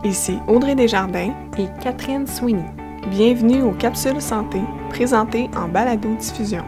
Ici Audrey Desjardins et Catherine Sweeney. Bienvenue aux Capsules Santé, présentées en balado-diffusion.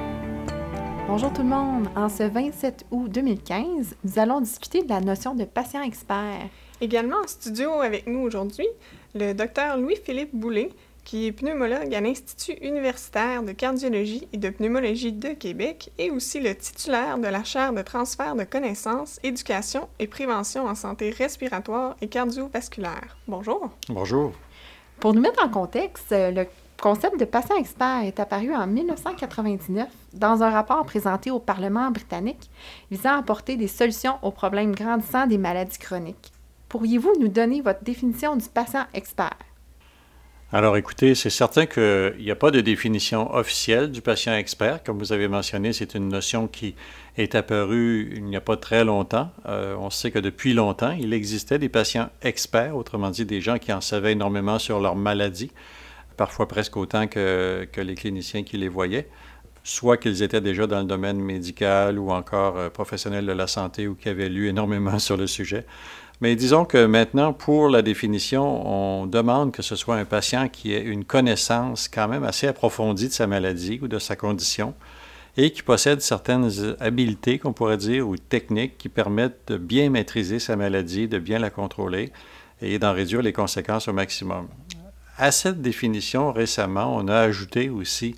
Bonjour tout le monde! En ce 27 août 2015, nous allons discuter de la notion de patient expert. Également en studio avec nous aujourd'hui, le Dr Louis-Philippe Boulay, qui est pneumologue à l'Institut universitaire de cardiologie et de pneumologie de Québec et aussi le titulaire de la chaire de transfert de connaissances, éducation et prévention en santé respiratoire et cardiovasculaire. Bonjour! Bonjour! Pour nous mettre en contexte, le concept de patient expert est apparu en 1999 dans un rapport présenté au Parlement britannique visant à apporter des solutions aux problèmes grandissants des maladies chroniques. Pourriez-vous nous donner votre définition du patient expert? Alors écoutez, c'est certain qu'il n'y a pas de définition officielle du patient expert. Comme vous avez mentionné, c'est une notion qui est apparue il n'y a pas très longtemps. On sait que depuis longtemps, il existait des patients experts, autrement dit des gens qui en savaient énormément sur leur maladie, parfois presque autant que les cliniciens qui les voyaient, soit qu'ils étaient déjà dans le domaine médical ou encore professionnels de la santé ou qui avaient lu énormément sur le sujet. Mais disons que maintenant, pour la définition, on demande que ce soit un patient qui ait une connaissance quand même assez approfondie de sa maladie ou de sa condition et qui possède certaines habiletés, qu'on pourrait dire, ou techniques qui permettent de bien maîtriser sa maladie, de bien la contrôler et d'en réduire les conséquences au maximum. À cette définition, récemment, on a ajouté aussi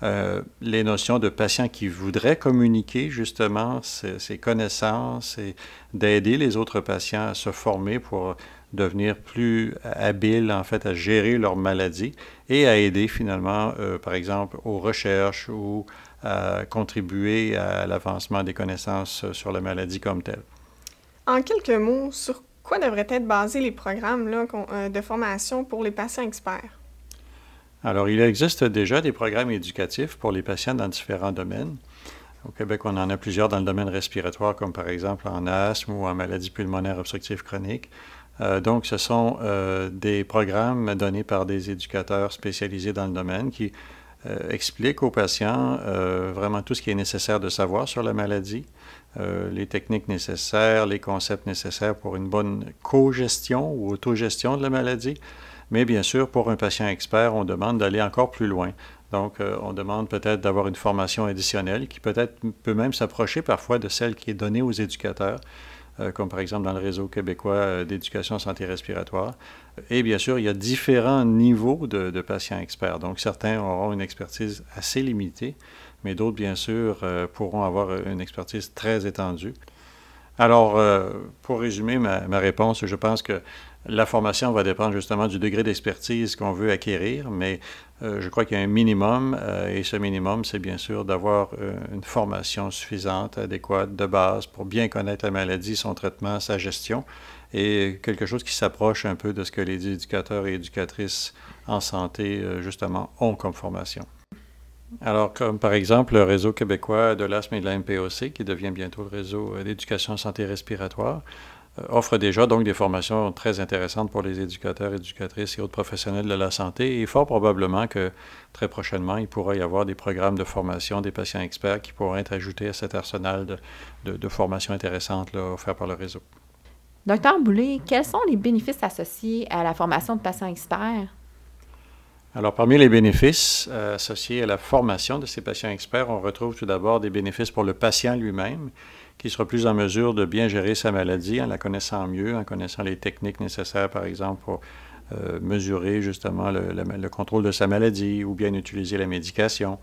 les notions de patients qui voudraient communiquer justement ces connaissances et d'aider les autres patients à se former pour devenir plus habiles en fait à gérer leur maladie et à aider finalement, par exemple, aux recherches ou à contribuer à l'avancement des connaissances sur la maladie comme telle. En quelques mots, sur quoi devraient être basés les programmes de formation pour les patients experts? Alors, il existe déjà des programmes éducatifs pour les patients dans différents domaines. Au Québec, on en a plusieurs dans le domaine respiratoire, comme par exemple en asthme ou en maladie pulmonaire obstructive chronique. Donc, ce sont des programmes donnés par des éducateurs spécialisés dans le domaine qui expliquent aux patients vraiment tout ce qui est nécessaire de savoir sur la maladie, les techniques nécessaires, les concepts nécessaires pour une bonne co-gestion ou autogestion de la maladie. Mais bien sûr, pour un patient expert, on demande d'aller encore plus loin. Donc, on demande peut-être d'avoir une formation additionnelle qui peut même s'approcher parfois de celle qui est donnée aux éducateurs, comme par exemple dans le réseau québécois d'éducation en santé respiratoire. Et bien sûr, il y a différents niveaux de patients experts. Donc, certains auront une expertise assez limitée, mais d'autres, bien sûr, pourront avoir une expertise très étendue. Alors, pour résumer ma réponse, je pense que la formation va dépendre justement du degré d'expertise qu'on veut acquérir, mais je crois qu'il y a un minimum, et ce minimum, c'est bien sûr d'avoir une formation suffisante, adéquate, de base, pour bien connaître la maladie, son traitement, sa gestion, et quelque chose qui s'approche un peu de ce que les éducateurs et éducatrices en santé, justement, ont comme formation. Alors, comme par exemple le réseau québécois de l'asthme et de la MPOC, qui devient bientôt le réseau d'éducation en santé respiratoire, offre déjà donc des formations très intéressantes pour les éducateurs, éducatrices et autres professionnels de la santé. Et fort probablement que très prochainement, il pourra y avoir des programmes de formation des patients experts qui pourront être ajoutés à cet arsenal de formations intéressantes là, offertes par le réseau. Docteur Boulay, quels sont les bénéfices associés à la formation de patients experts? Alors, parmi les bénéfices associés à la formation de ces patients experts, on retrouve tout d'abord des bénéfices pour le patient lui-même, qui sera plus en mesure de bien gérer sa maladie en la connaissant mieux, en connaissant les techniques nécessaires, par exemple, pour mesurer justement le contrôle de sa maladie ou bien utiliser la médication.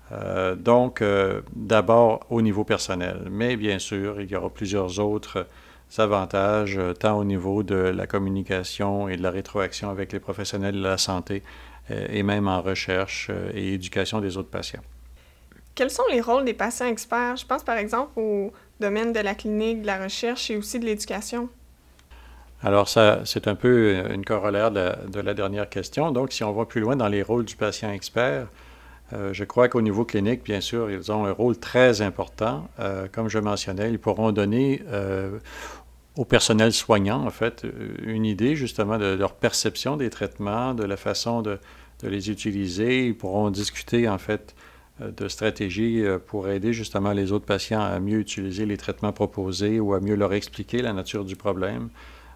Donc, d'abord au niveau personnel, mais bien sûr, il y aura plusieurs autres avantages, tant au niveau de la communication et de la rétroaction avec les professionnels de la santé, et même en recherche et éducation des autres patients. Quels sont les rôles des patients experts? Je pense par exemple au domaine de la clinique, de la recherche et aussi de l'éducation. Alors, ça, c'est un peu une corollaire de la dernière question. Donc, si on va plus loin dans les rôles du patient expert, je crois qu'au niveau clinique, bien sûr, ils ont un rôle très important. Comme je mentionnais, ils pourront donner au personnel soignant, en fait, une idée justement de leur perception des traitements, de la façon de les utiliser. Ils pourront discuter, en fait, de stratégies pour aider justement les autres patients à mieux utiliser les traitements proposés ou à mieux leur expliquer la nature du problème.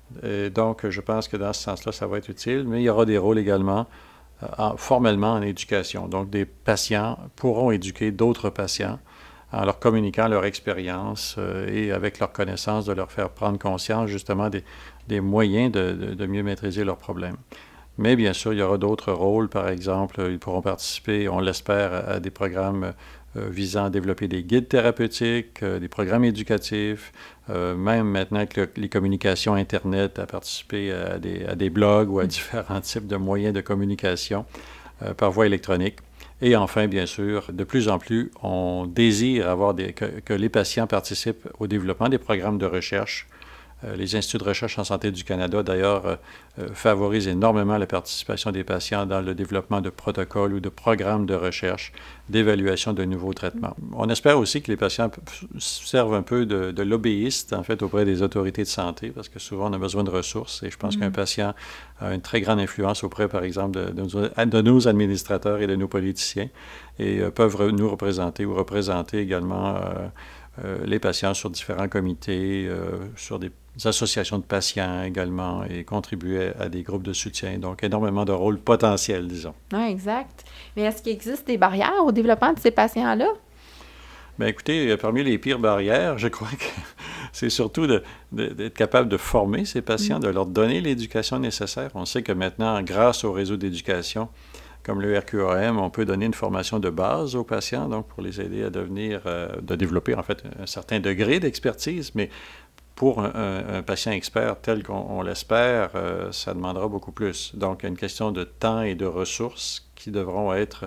Et donc, je pense que dans ce sens-là, ça va être utile, mais il y aura des rôles également formellement en éducation. Donc, des patients pourront éduquer d'autres patients en leur communiquant leur expérience et avec leur connaissance, de leur faire prendre conscience justement des moyens de mieux maîtriser leurs problèmes. Mais bien sûr, il y aura d'autres rôles. Par exemple, ils pourront participer, on l'espère, à des programmes visant à développer des guides thérapeutiques, des programmes éducatifs, même maintenant avec les communications Internet, à participer à des blogs ou à différents types de moyens de communication par voie électronique. Et enfin, bien sûr, de plus en plus, on désire que les patients participent au développement des programmes de recherche. Les instituts de recherche en santé du Canada, d'ailleurs, favorisent énormément la participation des patients dans le développement de protocoles ou de programmes de recherche, d'évaluation de nouveaux traitements. On espère aussi que les patients servent un peu de lobbyistes, en fait, auprès des autorités de santé, parce que souvent, on a besoin de ressources. Et je pense qu'un patient a une très grande influence auprès, par exemple, de nos administrateurs et de nos politiciens, et peuvent nous représenter ou représenter également les patients sur différents comités, sur des associations de patients également, et contribuer à des groupes de soutien. Donc, énormément de rôles potentiels, disons. Oui, exact. Mais est-ce qu'il existe des barrières au développement de ces patients-là? Bien, écoutez, parmi les pires barrières, je crois que c'est surtout d'être capable de former ces patients, de leur donner l'éducation nécessaire. On sait que maintenant, grâce au réseau d'éducation, comme le RQAM, on peut donner une formation de base aux patients, donc pour les aider à de développer en fait un certain degré d'expertise, mais pour un patient expert tel qu'on l'espère, ça demandera beaucoup plus. Donc, il y a une question de temps et de ressources qui devront être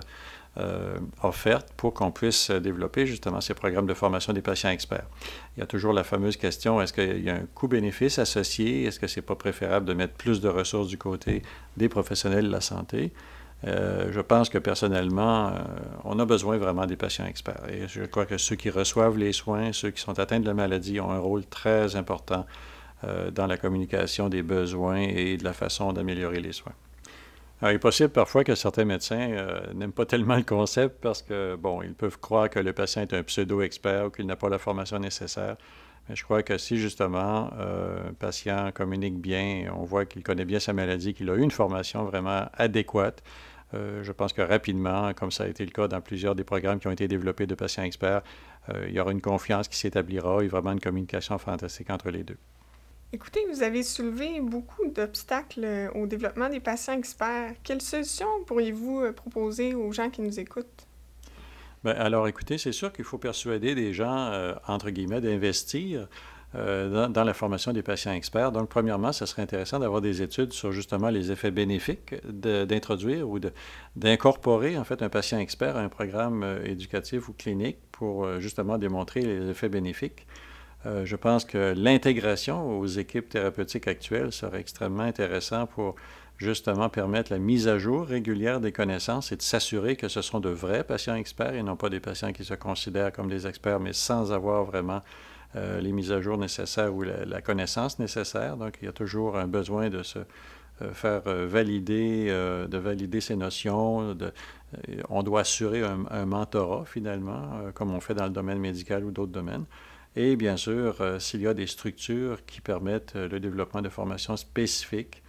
offertes pour qu'on puisse développer justement ces programmes de formation des patients experts. Il y a toujours la fameuse question, est-ce qu'il y a un coût-bénéfice associé? Est-ce que ce n'est pas préférable de mettre plus de ressources du côté des professionnels de la santé? Je pense que personnellement, on a besoin vraiment des patients experts. Et je crois que ceux qui reçoivent les soins, ceux qui sont atteints de la maladie, ont un rôle très important dans la communication des besoins et de la façon d'améliorer les soins. Alors, il est possible parfois que certains médecins n'aiment pas tellement le concept parce que, bon, ils peuvent croire que le patient est un pseudo-expert ou qu'il n'a pas la formation nécessaire. Mais je crois que si, justement, un patient communique bien, on voit qu'il connaît bien sa maladie, qu'il a eu une formation vraiment adéquate, je pense que rapidement, comme ça a été le cas dans plusieurs des programmes qui ont été développés de patients experts, il y aura une confiance qui s'établira et vraiment une communication fantastique entre les deux. Écoutez, vous avez soulevé beaucoup d'obstacles au développement des patients experts. Quelles solutions pourriez-vous proposer aux gens qui nous écoutent? Bien, alors, écoutez, c'est sûr qu'il faut persuader des gens, entre guillemets, d'investir dans la formation des patients experts. Donc, premièrement, ce serait intéressant d'avoir des études sur justement les effets bénéfiques d'introduire ou d'incorporer, en fait, un patient expert à un programme éducatif ou clinique pour justement démontrer les effets bénéfiques. Je pense que l'intégration aux équipes thérapeutiques actuelles serait extrêmement intéressant pour justement permettre la mise à jour régulière des connaissances et de s'assurer que ce sont de vrais patients experts et non pas des patients qui se considèrent comme des experts, mais sans avoir vraiment les mises à jour nécessaires ou la connaissance nécessaire. Donc, il y a toujours un besoin de se faire valider ces notions. On doit assurer un mentorat, finalement, comme on fait dans le domaine médical ou d'autres domaines. Et bien sûr, s'il y a des structures qui permettent le développement de formations spécifiques,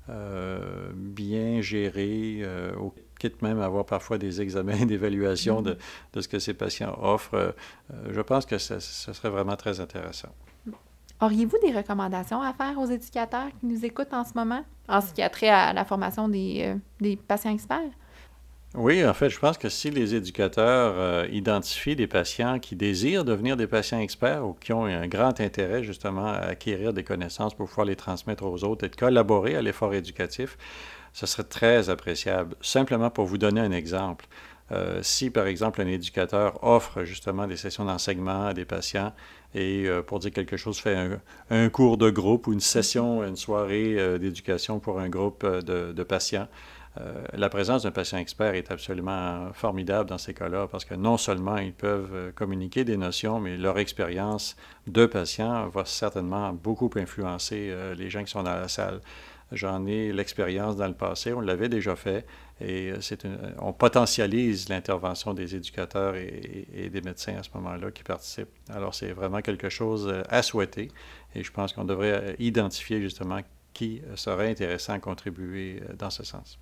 bien gérées, quitte même à avoir parfois des examens d'évaluation de ce que ces patients offrent, je pense que ce serait vraiment très intéressant. Auriez-vous des recommandations à faire aux éducateurs qui nous écoutent en ce moment, en ce qui a trait à la formation des patients experts? Oui, en fait, je pense que si les éducateurs identifient des patients qui désirent devenir des patients experts ou qui ont un grand intérêt justement à acquérir des connaissances pour pouvoir les transmettre aux autres et de collaborer à l'effort éducatif, ce serait très appréciable. Simplement pour vous donner un exemple, si par exemple un éducateur offre justement des sessions d'enseignement à des patients et pour dire quelque chose, fait un cours de groupe ou une session, une soirée d'éducation pour un groupe de patients, la présence d'un patient expert est absolument formidable dans ces cas-là parce que non seulement ils peuvent communiquer des notions, mais leur expérience de patient va certainement beaucoup influencer les gens qui sont dans la salle. J'en ai l'expérience dans le passé, on l'avait déjà fait, et on potentialise l'intervention des éducateurs et des médecins à ce moment-là qui participent. Alors, c'est vraiment quelque chose à souhaiter, et je pense qu'on devrait identifier justement qui serait intéressant à contribuer dans ce sens.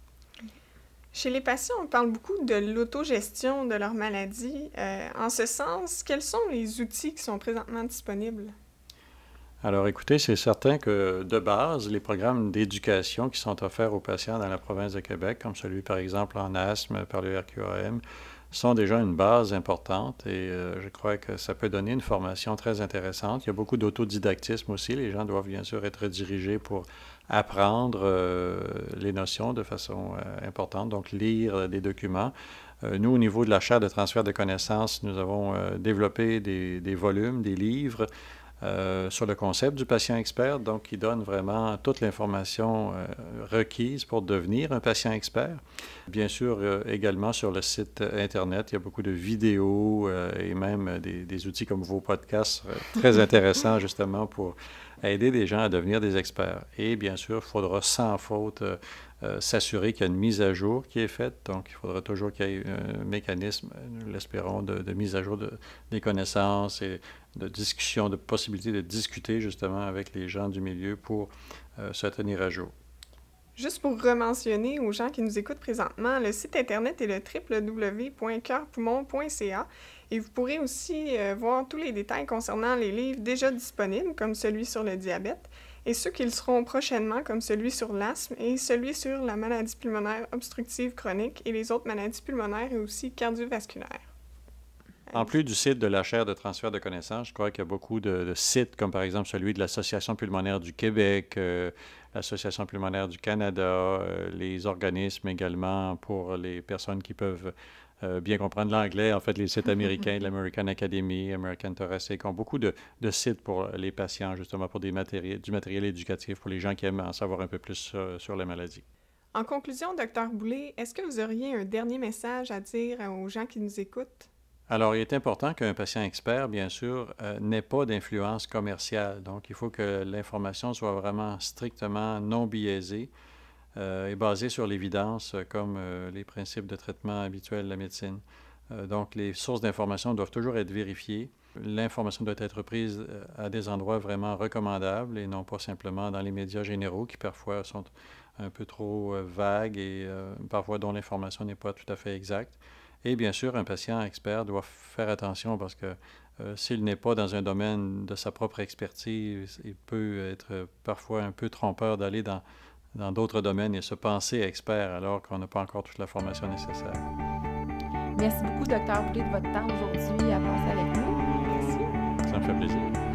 Chez les patients, on parle beaucoup de l'autogestion de leur maladie. En ce sens, quels sont les outils qui sont présentement disponibles? Alors écoutez, c'est certain que de base, les programmes d'éducation qui sont offerts aux patients dans la province de Québec, comme celui par exemple en asthme par le RQAM, sont déjà une base importante et je crois que ça peut donner une formation très intéressante. Il y a beaucoup d'autodidactisme aussi. Les gens doivent bien sûr être dirigés pour apprendre les notions de façon importante, donc lire des documents. Nous, au niveau de la chaire de transfert de connaissances, nous avons développé des volumes, des livres sur le concept du patient expert, donc qui donne vraiment toute l'information requise pour devenir un patient expert. Bien sûr, également sur le site Internet, il y a beaucoup de vidéos et même des outils comme vos podcasts très intéressants justement pour aider des gens à devenir des experts. Et bien sûr, il faudra sans faute s'assurer qu'il y a une mise à jour qui est faite. Donc, il faudra toujours qu'il y ait un mécanisme, nous l'espérons, de mise à jour des connaissances et de discussion, de possibilité de discuter justement avec les gens du milieu pour se tenir à jour. Juste pour rementionner aux gens qui nous écoutent présentement, le site Internet est le www.coeurpoumon.ca et vous pourrez aussi voir tous les détails concernant les livres déjà disponibles, comme celui sur le diabète, et ceux qui le seront prochainement, comme celui sur l'asthme et celui sur la maladie pulmonaire obstructive chronique et les autres maladies pulmonaires et aussi cardiovasculaires. En plus du site de la chaire de transfert de connaissances, je crois qu'il y a beaucoup de sites, comme par exemple celui de l'Association pulmonaire du Québec, l'Association pulmonaire du Canada, les organismes également pour les personnes qui peuvent bien comprendre l'anglais. En fait, les sites américains, l'American Academy, American Thoracic ont beaucoup de sites pour les patients, justement pour du matériel éducatif pour les gens qui aiment en savoir un peu plus sur la maladie. En conclusion, Dr. Boulay, est-ce que vous auriez un dernier message à dire aux gens qui nous écoutent? Alors, il est important qu'un patient expert, bien sûr, n'ait pas d'influence commerciale. Donc, il faut que l'information soit vraiment strictement non biaisée et basée sur l'évidence, comme les principes de traitement habituels de la médecine. Donc, les sources d'information doivent toujours être vérifiées. L'information doit être prise à des endroits vraiment recommandables et non pas simplement dans les médias généraux qui parfois sont un peu trop vagues et parfois dont l'information n'est pas tout à fait exacte. Et bien sûr, un patient expert doit faire attention parce que s'il n'est pas dans un domaine de sa propre expertise, il peut être parfois un peu trompeur d'aller dans d'autres domaines et se penser expert alors qu'on n'a pas encore toute la formation nécessaire. Merci beaucoup, Dr. Boulay, de votre temps aujourd'hui à passer avec nous. Merci. Ça me fait plaisir.